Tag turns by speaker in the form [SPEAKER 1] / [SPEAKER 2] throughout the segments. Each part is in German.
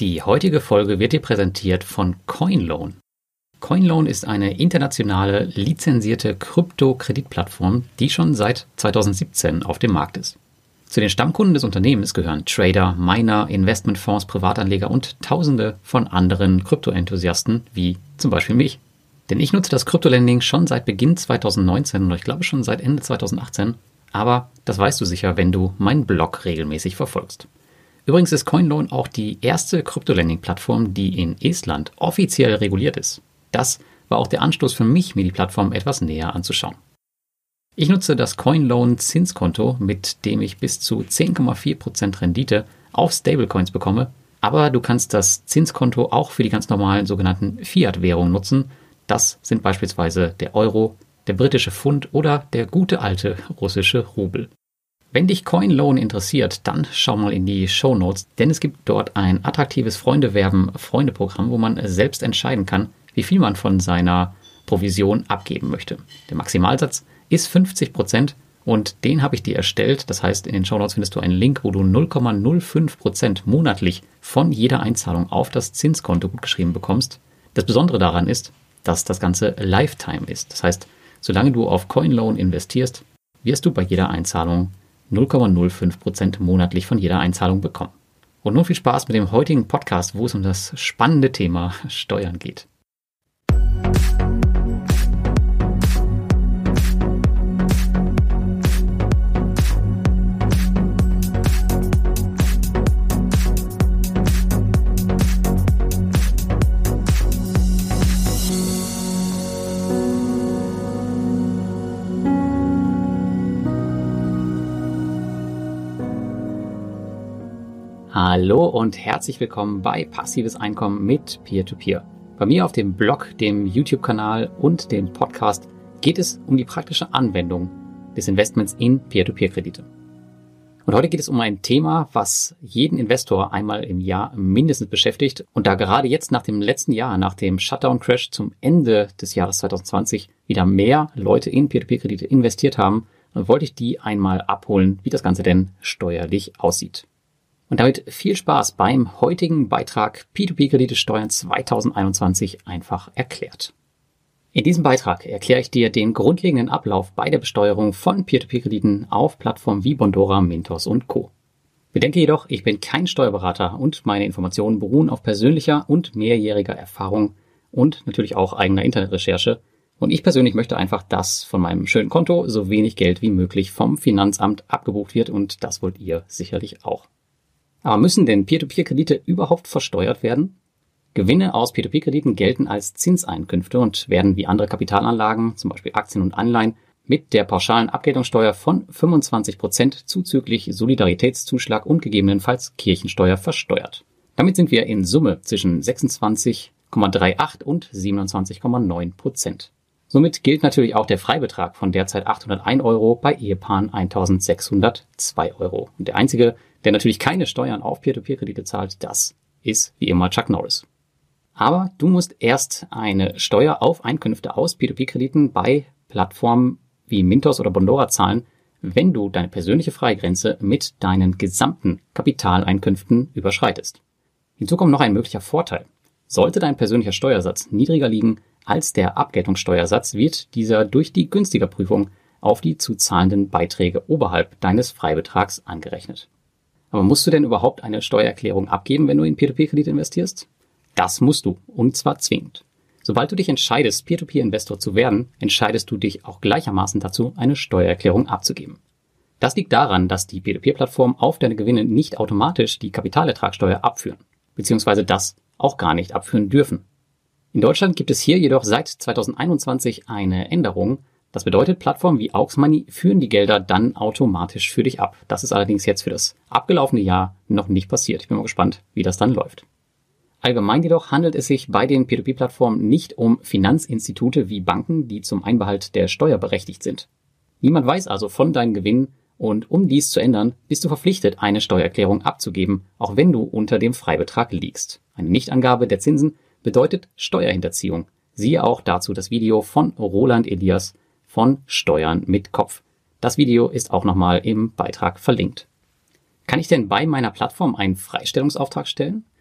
[SPEAKER 1] Die heutige Folge wird dir präsentiert von CoinLoan. CoinLoan ist eine internationale lizenzierte Krypto-Kreditplattform, die schon seit 2017 auf dem Markt ist. Zu den Stammkunden des Unternehmens gehören Trader, Miner, Investmentfonds, Privatanleger und Tausende von anderen Krypto-Enthusiasten, wie zum Beispiel mich. Denn ich nutze das Krypto-Lending schon seit Beginn 2019 und ich glaube schon seit Ende 2018, aber das weißt du sicher, wenn du meinen Blog regelmäßig verfolgst. Übrigens ist CoinLoan auch die erste Krypto-Lending-Plattform, die in Estland offiziell reguliert ist. Das war auch der Anstoß für mich, mir die Plattform etwas näher anzuschauen. Ich nutze das CoinLoan Zinskonto, mit dem ich bis zu 10,4% Rendite auf Stablecoins bekomme, aber du kannst das Zinskonto auch für die ganz normalen sogenannten Fiat-Währungen nutzen. Das sind beispielsweise der Euro, der britische Pfund oder der gute alte russische Rubel. Wenn dich CoinLoan interessiert, dann schau mal in die Shownotes, denn es gibt dort ein attraktives Freunde-Werben-Freunde-Programm, wo man selbst entscheiden kann, wie viel man von seiner Provision abgeben möchte. Der Maximalsatz ist 50% und den habe ich dir erstellt. Das heißt, in den Shownotes findest du einen Link, wo du 0,05% monatlich von jeder Einzahlung auf das Zinskonto gutgeschrieben bekommst. Das Besondere daran ist, dass das Ganze Lifetime ist. Das heißt, solange du auf CoinLoan investierst, wirst du bei jeder Einzahlung 0,05% monatlich von jeder Einzahlung bekommen. Und nun viel Spaß mit dem heutigen Podcast, wo es um das spannende Thema Steuern geht. Hallo und herzlich willkommen bei Passives Einkommen mit Peer-to-Peer. Bei mir auf dem Blog, dem YouTube-Kanal und dem Podcast geht es um die praktische Anwendung des Investments in Peer-to-Peer-Kredite. Und heute geht es um ein Thema, was jeden Investor einmal im Jahr mindestens beschäftigt. Und da gerade jetzt nach dem letzten Jahr, nach dem Shutdown-Crash zum Ende des Jahres 2020 wieder mehr Leute in Peer-to-Peer-Kredite investiert haben, wollte ich die einmal abholen, wie das Ganze denn steuerlich aussieht. Und damit viel Spaß beim heutigen Beitrag P2P-Kredite steuern 2021 einfach erklärt. In diesem Beitrag erkläre ich dir den grundlegenden Ablauf bei der Besteuerung von Peer-to-Peer-Krediten auf Plattformen wie Bondora, Mintos und Co. Bedenke jedoch, ich bin kein Steuerberater und meine Informationen beruhen auf persönlicher und mehrjähriger Erfahrung und natürlich auch eigener Internetrecherche. Und ich persönlich möchte einfach, dass von meinem schönen Konto so wenig Geld wie möglich vom Finanzamt abgebucht wird und das wollt ihr sicherlich auch. Aber müssen denn Peer-to-Peer-Kredite überhaupt versteuert werden? Gewinne aus Peer-to-Peer-Krediten gelten als Zinseinkünfte und werden wie andere Kapitalanlagen, zum Beispiel Aktien und Anleihen, mit der pauschalen Abgeltungssteuer von 25% zuzüglich Solidaritätszuschlag und gegebenenfalls Kirchensteuer versteuert. Damit sind wir in Summe zwischen 26,38 und 27,9%. Somit gilt natürlich auch der Freibetrag von derzeit 801 Euro bei Ehepaaren 1.602 Euro. Und der einzige, der natürlich keine Steuern auf Peer-to-Peer-Kredite zahlt, das ist wie immer Chuck Norris. Aber du musst erst eine Steuer auf Einkünfte aus Peer-to-Peer-Krediten bei Plattformen wie Mintos oder Bondora zahlen, wenn du deine persönliche Freigrenze mit deinen gesamten Kapitaleinkünften überschreitest. Hinzu kommt noch ein möglicher Vorteil. Sollte dein persönlicher Steuersatz niedriger liegen als der Abgeltungssteuersatz, wird dieser durch die Günstigerprüfung auf die zu zahlenden Beiträge oberhalb deines Freibetrags angerechnet. Aber musst du denn überhaupt eine Steuererklärung abgeben, wenn du in Peer-to-Peer-Kredite investierst? Das musst du, und zwar zwingend. Sobald du dich entscheidest, Peer-to-Peer-Investor zu werden, entscheidest du dich auch gleichermaßen dazu, eine Steuererklärung abzugeben. Das liegt daran, dass die Peer-to-Peer-Plattformen auf deine Gewinne nicht automatisch die Kapitalertragssteuer abführen, beziehungsweise das auch gar nicht abführen dürfen. In Deutschland gibt es hier jedoch seit 2021 eine Änderung. Das bedeutet, Plattformen wie Aux Money führen die Gelder dann automatisch für dich ab. Das ist allerdings jetzt für das abgelaufene Jahr noch nicht passiert. Ich bin mal gespannt, wie das dann läuft. Allgemein jedoch handelt es sich bei den Peer-to-Peer-Plattformen nicht um Finanzinstitute wie Banken, die zum Einbehalt der Steuer berechtigt sind. Niemand weiß also von deinen Gewinnen und um dies zu ändern, bist du verpflichtet, eine Steuererklärung abzugeben, auch wenn du unter dem Freibetrag liegst. Eine Nichtangabe der Zinsen bedeutet Steuerhinterziehung. Siehe auch dazu das Video von Roland Elias von Steuern mit Kopf. Das Video ist auch nochmal im Beitrag verlinkt. Kann ich denn bei meiner Plattform einen Freistellungsauftrag stellen?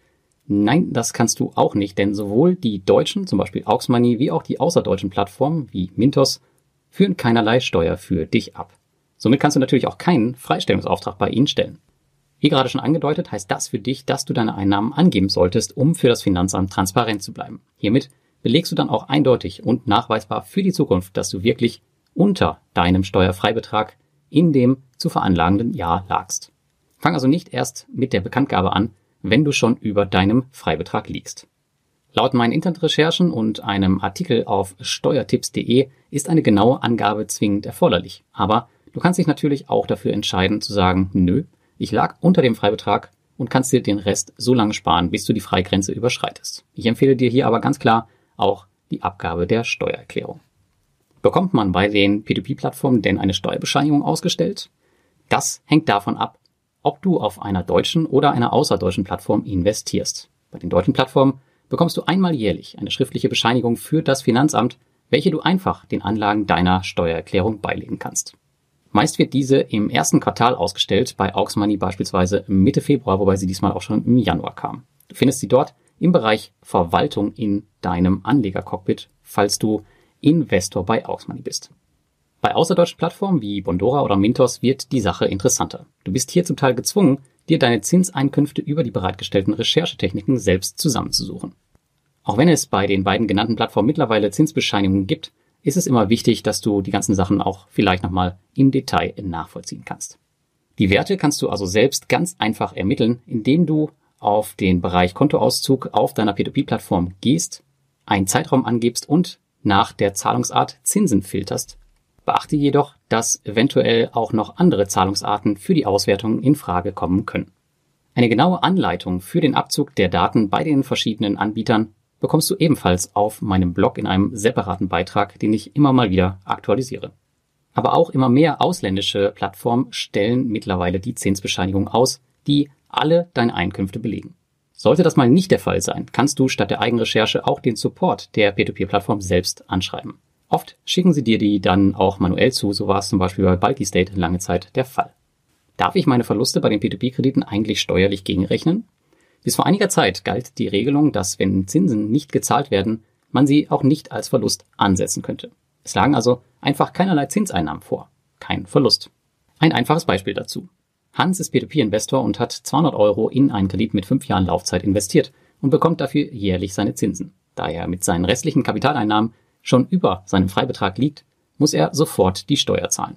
[SPEAKER 1] Nein, das kannst du auch nicht, denn sowohl die deutschen, zum Beispiel Aux Money, wie auch die außerdeutschen Plattformen wie Mintos führen keinerlei Steuer für dich ab. Somit kannst du natürlich auch keinen Freistellungsauftrag bei ihnen stellen. Wie gerade schon angedeutet, heißt das für dich, dass du deine Einnahmen angeben solltest, um für das Finanzamt transparent zu bleiben. Hiermit belegst du dann auch eindeutig und nachweisbar für die Zukunft, dass du wirklich unter deinem Steuerfreibetrag in dem zu veranlagenden Jahr lagst. Fang also nicht erst mit der Bekanntgabe an, wenn du schon über deinem Freibetrag liegst. Laut meinen Internetrecherchen und einem Artikel auf steuertipps.de ist eine genaue Angabe zwingend erforderlich. Aber du kannst dich natürlich auch dafür entscheiden zu sagen, nö, ich lag unter dem Freibetrag und kannst dir den Rest so lange sparen, bis du die Freigrenze überschreitest. Ich empfehle dir hier aber ganz klar auch die Abgabe der Steuererklärung. Bekommt man bei den P2P-Plattformen denn eine Steuerbescheinigung ausgestellt? Das hängt davon ab, ob du auf einer deutschen oder einer außerdeutschen Plattform investierst. Bei den deutschen Plattformen bekommst du einmal jährlich eine schriftliche Bescheinigung für das Finanzamt, welche du einfach den Anlagen deiner Steuererklärung beilegen kannst. Meist wird diese im ersten Quartal ausgestellt, bei Aux Money beispielsweise Mitte Februar, wobei sie diesmal auch schon im Januar kam. Du findest sie dort im Bereich Verwaltung in deinem Anlegercockpit, falls du Investor bei Aux Money bist. Bei außerdeutschen Plattformen wie Bondora oder Mintos wird die Sache interessanter. Du bist hier zum Teil gezwungen, dir deine Zinseinkünfte über die bereitgestellten Recherchetechniken selbst zusammenzusuchen. Auch wenn es bei den beiden genannten Plattformen mittlerweile Zinsbescheinigungen gibt, ist es immer wichtig, dass du die ganzen Sachen auch vielleicht nochmal im Detail nachvollziehen kannst. Die Werte kannst du also selbst ganz einfach ermitteln, indem du auf den Bereich Kontoauszug auf deiner P2P-Plattform gehst, einen Zeitraum angibst und nach der Zahlungsart Zinsen filterst. Beachte jedoch, dass eventuell auch noch andere Zahlungsarten für die Auswertung in Frage kommen können. Eine genaue Anleitung für den Abzug der Daten bei den verschiedenen Anbietern bekommst du ebenfalls auf meinem Blog in einem separaten Beitrag, den ich immer mal wieder aktualisiere. Aber auch immer mehr ausländische Plattformen stellen mittlerweile die Zinsbescheinigung aus, die alle deine Einkünfte belegen. Sollte das mal nicht der Fall sein, kannst du statt der Eigenrecherche auch den Support der P2P-Plattform selbst anschreiben. Oft schicken sie dir die dann auch manuell zu, so war es zum Beispiel bei Bulky State lange Zeit der Fall. Darf ich meine Verluste bei den P2P-Krediten eigentlich steuerlich gegenrechnen? Bis vor einiger Zeit galt die Regelung, dass wenn Zinsen nicht gezahlt werden, man sie auch nicht als Verlust ansetzen könnte. Es lagen also einfach keinerlei Zinseinnahmen vor. Kein Verlust. Ein einfaches Beispiel dazu. Hans ist P2P-Investor und hat 200 € in einen Kredit mit 5 Jahren Laufzeit investiert und bekommt dafür jährlich seine Zinsen. Da er mit seinen restlichen Kapitaleinnahmen schon über seinem Freibetrag liegt, muss er sofort die Steuer zahlen.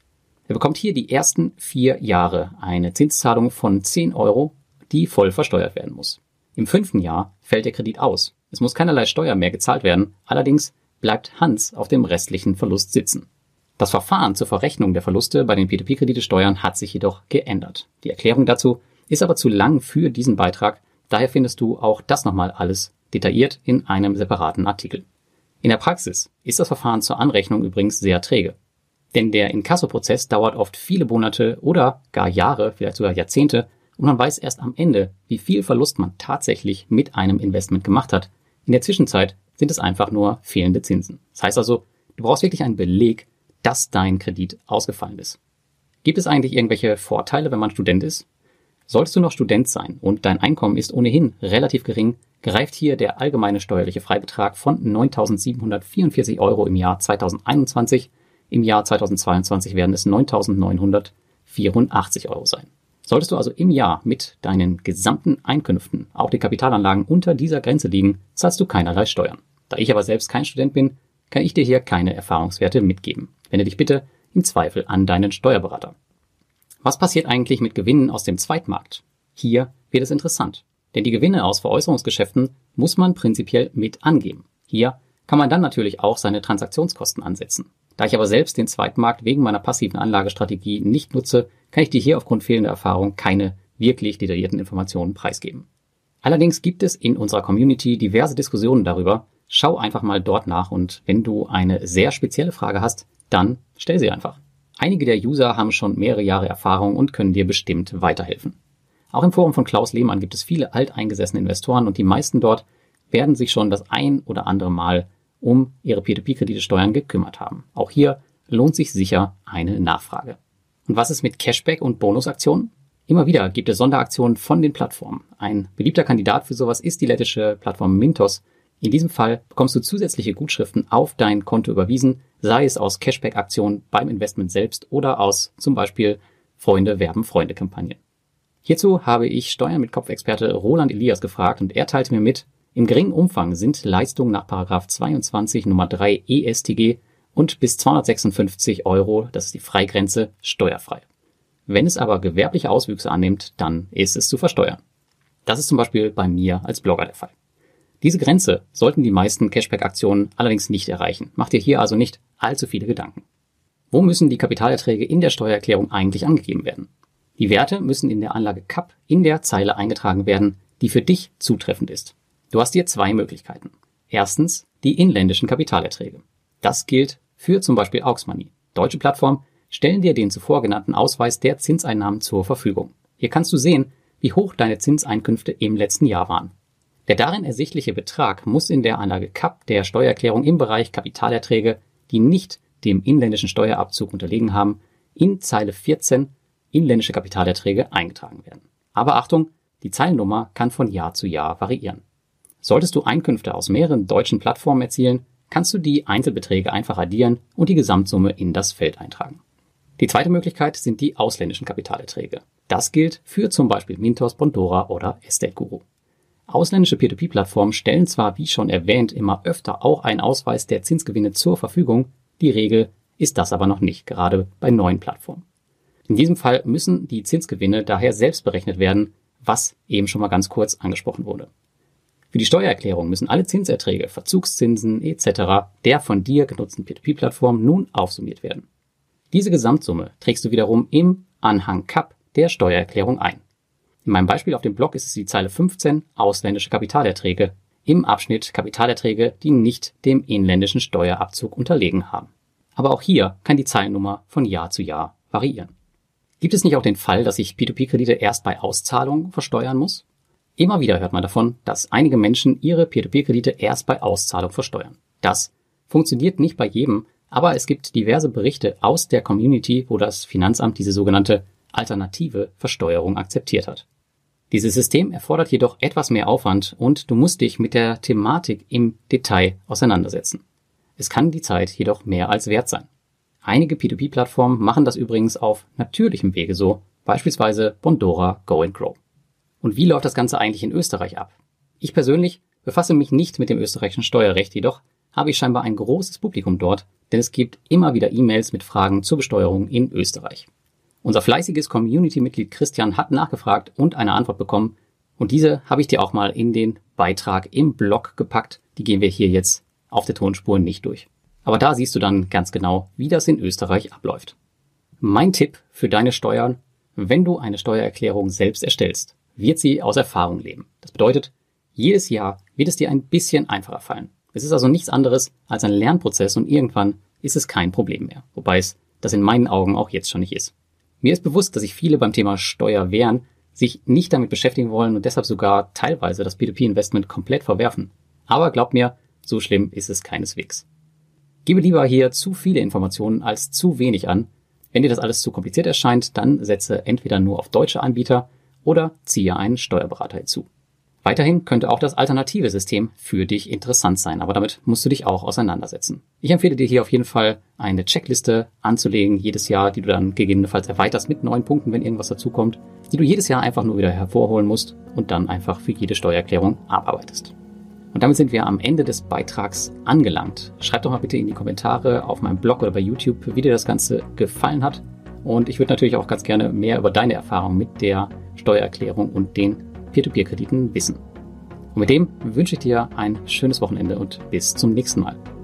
[SPEAKER 1] Er bekommt hier die ersten 4 Jahre eine Zinszahlung von 10 €, die voll versteuert werden muss. Im 5. Jahr fällt der Kredit aus. Es muss keinerlei Steuer mehr gezahlt werden, allerdings bleibt Hans auf dem restlichen Verlust sitzen. Das Verfahren zur Verrechnung der Verluste bei den P2P-Kreditesteuern hat sich jedoch geändert. Die Erklärung dazu ist aber zu lang für diesen Beitrag, daher findest du auch das nochmal alles detailliert in einem separaten Artikel. In der Praxis ist das Verfahren zur Anrechnung übrigens sehr träge. Denn der Inkassoprozess dauert oft viele Monate oder gar Jahre, vielleicht sogar Jahrzehnte, und man weiß erst am Ende, wie viel Verlust man tatsächlich mit einem Investment gemacht hat. In der Zwischenzeit sind es einfach nur fehlende Zinsen. Das heißt also, du brauchst wirklich einen Beleg, dass dein Kredit ausgefallen ist. Gibt es eigentlich irgendwelche Vorteile, wenn man Student ist? Solltest du noch Student sein und dein Einkommen ist ohnehin relativ gering, greift hier der allgemeine steuerliche Freibetrag von 9.744 € im Jahr 2021. Im Jahr 2022 werden es 9.984 € sein. Solltest du also im Jahr mit deinen gesamten Einkünften, auch die Kapitalanlagen, unter dieser Grenze liegen, zahlst du keinerlei Steuern. Da ich aber selbst kein Student bin, kann ich dir hier keine Erfahrungswerte mitgeben. Wende dich bitte im Zweifel an deinen Steuerberater. Was passiert eigentlich mit Gewinnen aus dem Zweitmarkt? Hier wird es interessant, denn die Gewinne aus Veräußerungsgeschäften muss man prinzipiell mit angeben. Hier kann man dann natürlich auch seine Transaktionskosten ansetzen. Da ich aber selbst den Zweitmarkt wegen meiner passiven Anlagestrategie nicht nutze, kann ich dir hier aufgrund fehlender Erfahrung keine wirklich detaillierten Informationen preisgeben. Allerdings gibt es in unserer Community diverse Diskussionen darüber. Schau einfach mal dort nach und wenn du eine sehr spezielle Frage hast, dann stell sie einfach. Einige der User haben schon mehrere Jahre Erfahrung und können dir bestimmt weiterhelfen. Auch im Forum von Klaus Lehmann gibt es viele alteingesessene Investoren und die meisten dort werden sich schon das ein oder andere Mal um ihre P2P-Kreditesteuern gekümmert haben. Auch hier lohnt sich sicher eine Nachfrage. Und was ist mit Cashback und Bonusaktionen? Immer wieder gibt es Sonderaktionen von den Plattformen. Ein beliebter Kandidat für sowas ist die lettische Plattform Mintos. In diesem Fall bekommst du zusätzliche Gutschriften auf dein Konto überwiesen, sei es aus Cashback-Aktionen beim Investment selbst oder aus zum Beispiel Freunde-werben-Freunde-Kampagnen. Hierzu habe ich Steuern mit Kopf-Experte Roland Elias gefragt und er teilte mir mit, im geringen Umfang sind Leistungen nach § 22 Nummer 3 EStG und bis 256 €, das ist die Freigrenze, steuerfrei. Wenn es aber gewerbliche Auswüchse annimmt, dann ist es zu versteuern. Das ist zum Beispiel bei mir als Blogger der Fall. Diese Grenze sollten die meisten Cashback-Aktionen allerdings nicht erreichen. Mach dir hier also nicht allzu viele Gedanken. Wo müssen die Kapitalerträge in der Steuererklärung eigentlich angegeben werden? Die Werte müssen in der Anlage CAP in der Zeile eingetragen werden, die für dich zutreffend ist. Du hast hier zwei Möglichkeiten. Erstens die inländischen Kapitalerträge. Das gilt für zum Beispiel Aux Money. Deutsche Plattformen stellen dir den zuvor genannten Ausweis der Zinseinnahmen zur Verfügung. Hier kannst du sehen, wie hoch deine Zinseinkünfte im letzten Jahr waren. Der darin ersichtliche Betrag muss in der Anlage CAP der Steuererklärung im Bereich Kapitalerträge, die nicht dem inländischen Steuerabzug unterlegen haben, in Zeile 14 inländische Kapitalerträge eingetragen werden. Aber Achtung, die Zeilennummer kann von Jahr zu Jahr variieren. Solltest du Einkünfte aus mehreren deutschen Plattformen erzielen, kannst du die Einzelbeträge einfach addieren und die Gesamtsumme in das Feld eintragen. Die zweite Möglichkeit sind die ausländischen Kapitalerträge. Das gilt für zum Beispiel Mintos, Bondora oder Estate Guru. Ausländische Peer-to-Peer-Plattformen stellen zwar, wie schon erwähnt, immer öfter auch einen Ausweis der Zinsgewinne zur Verfügung, die Regel ist das aber noch nicht, gerade bei neuen Plattformen. In diesem Fall müssen die Zinsgewinne daher selbst berechnet werden, was eben schon mal ganz kurz angesprochen wurde. Für die Steuererklärung müssen alle Zinserträge, Verzugszinsen etc. der von dir genutzten Peer-to-Peer-Plattform nun aufsummiert werden. Diese Gesamtsumme trägst du wiederum im Anhang CAP der Steuererklärung ein. In meinem Beispiel auf dem Blog ist es die Zeile 15 ausländische Kapitalerträge im Abschnitt Kapitalerträge, die nicht dem inländischen Steuerabzug unterlegen haben. Aber auch hier kann die Zeilennummer von Jahr zu Jahr variieren. Gibt es nicht auch den Fall, dass ich P2P-Kredite erst bei Auszahlung versteuern muss? Immer wieder hört man davon, dass einige Menschen ihre P2P-Kredite erst bei Auszahlung versteuern. Das funktioniert nicht bei jedem, aber es gibt diverse Berichte aus der Community, wo das Finanzamt diese sogenannte alternative Versteuerung akzeptiert hat. Dieses System erfordert jedoch etwas mehr Aufwand und du musst dich mit der Thematik im Detail auseinandersetzen. Es kann die Zeit jedoch mehr als wert sein. Einige P2P-Plattformen machen das übrigens auf natürlichem Wege so, beispielsweise Bondora Go & Grow. Und wie läuft das Ganze eigentlich in Österreich ab? Ich persönlich befasse mich nicht mit dem österreichischen Steuerrecht, jedoch habe ich scheinbar ein großes Publikum dort, denn es gibt immer wieder E-Mails mit Fragen zur Besteuerung in Österreich. Unser fleißiges Community-Mitglied Christian hat nachgefragt und eine Antwort bekommen und diese habe ich dir auch mal in den Beitrag im Blog gepackt. Die gehen wir hier jetzt auf der Tonspur nicht durch. Aber da siehst du dann ganz genau, wie das in Österreich abläuft. Mein Tipp für deine Steuern: Wenn du eine Steuererklärung selbst erstellst, wird sie aus Erfahrung leben. Das bedeutet, jedes Jahr wird es dir ein bisschen einfacher fallen. Es ist also nichts anderes als ein Lernprozess und irgendwann ist es kein Problem mehr. Wobei es das in meinen Augen auch jetzt schon nicht ist. Mir ist bewusst, dass sich viele beim Thema Steuer wehren, sich nicht damit beschäftigen wollen und deshalb sogar teilweise das P2P-Investment komplett verwerfen. Aber glaub mir, so schlimm ist es keineswegs. Gebe lieber hier zu viele Informationen als zu wenig an. Wenn dir das alles zu kompliziert erscheint, dann setze entweder nur auf deutsche Anbieter oder ziehe einen Steuerberater hinzu. Weiterhin könnte auch das alternative System für dich interessant sein, aber damit musst du dich auch auseinandersetzen. Ich empfehle dir hier auf jeden Fall eine Checkliste anzulegen jedes Jahr, die du dann gegebenenfalls erweiterst mit neuen Punkten, wenn irgendwas dazukommt, die du jedes Jahr einfach nur wieder hervorholen musst und dann einfach für jede Steuererklärung abarbeitest. Und damit sind wir am Ende des Beitrags angelangt. Schreib doch mal bitte in die Kommentare auf meinem Blog oder bei YouTube, wie dir das Ganze gefallen hat. Und ich würde natürlich auch ganz gerne mehr über deine Erfahrung mit der Steuererklärung und den Peer-to-Peer-Krediten wissen. Und mit dem wünsche ich dir ein schönes Wochenende und bis zum nächsten Mal.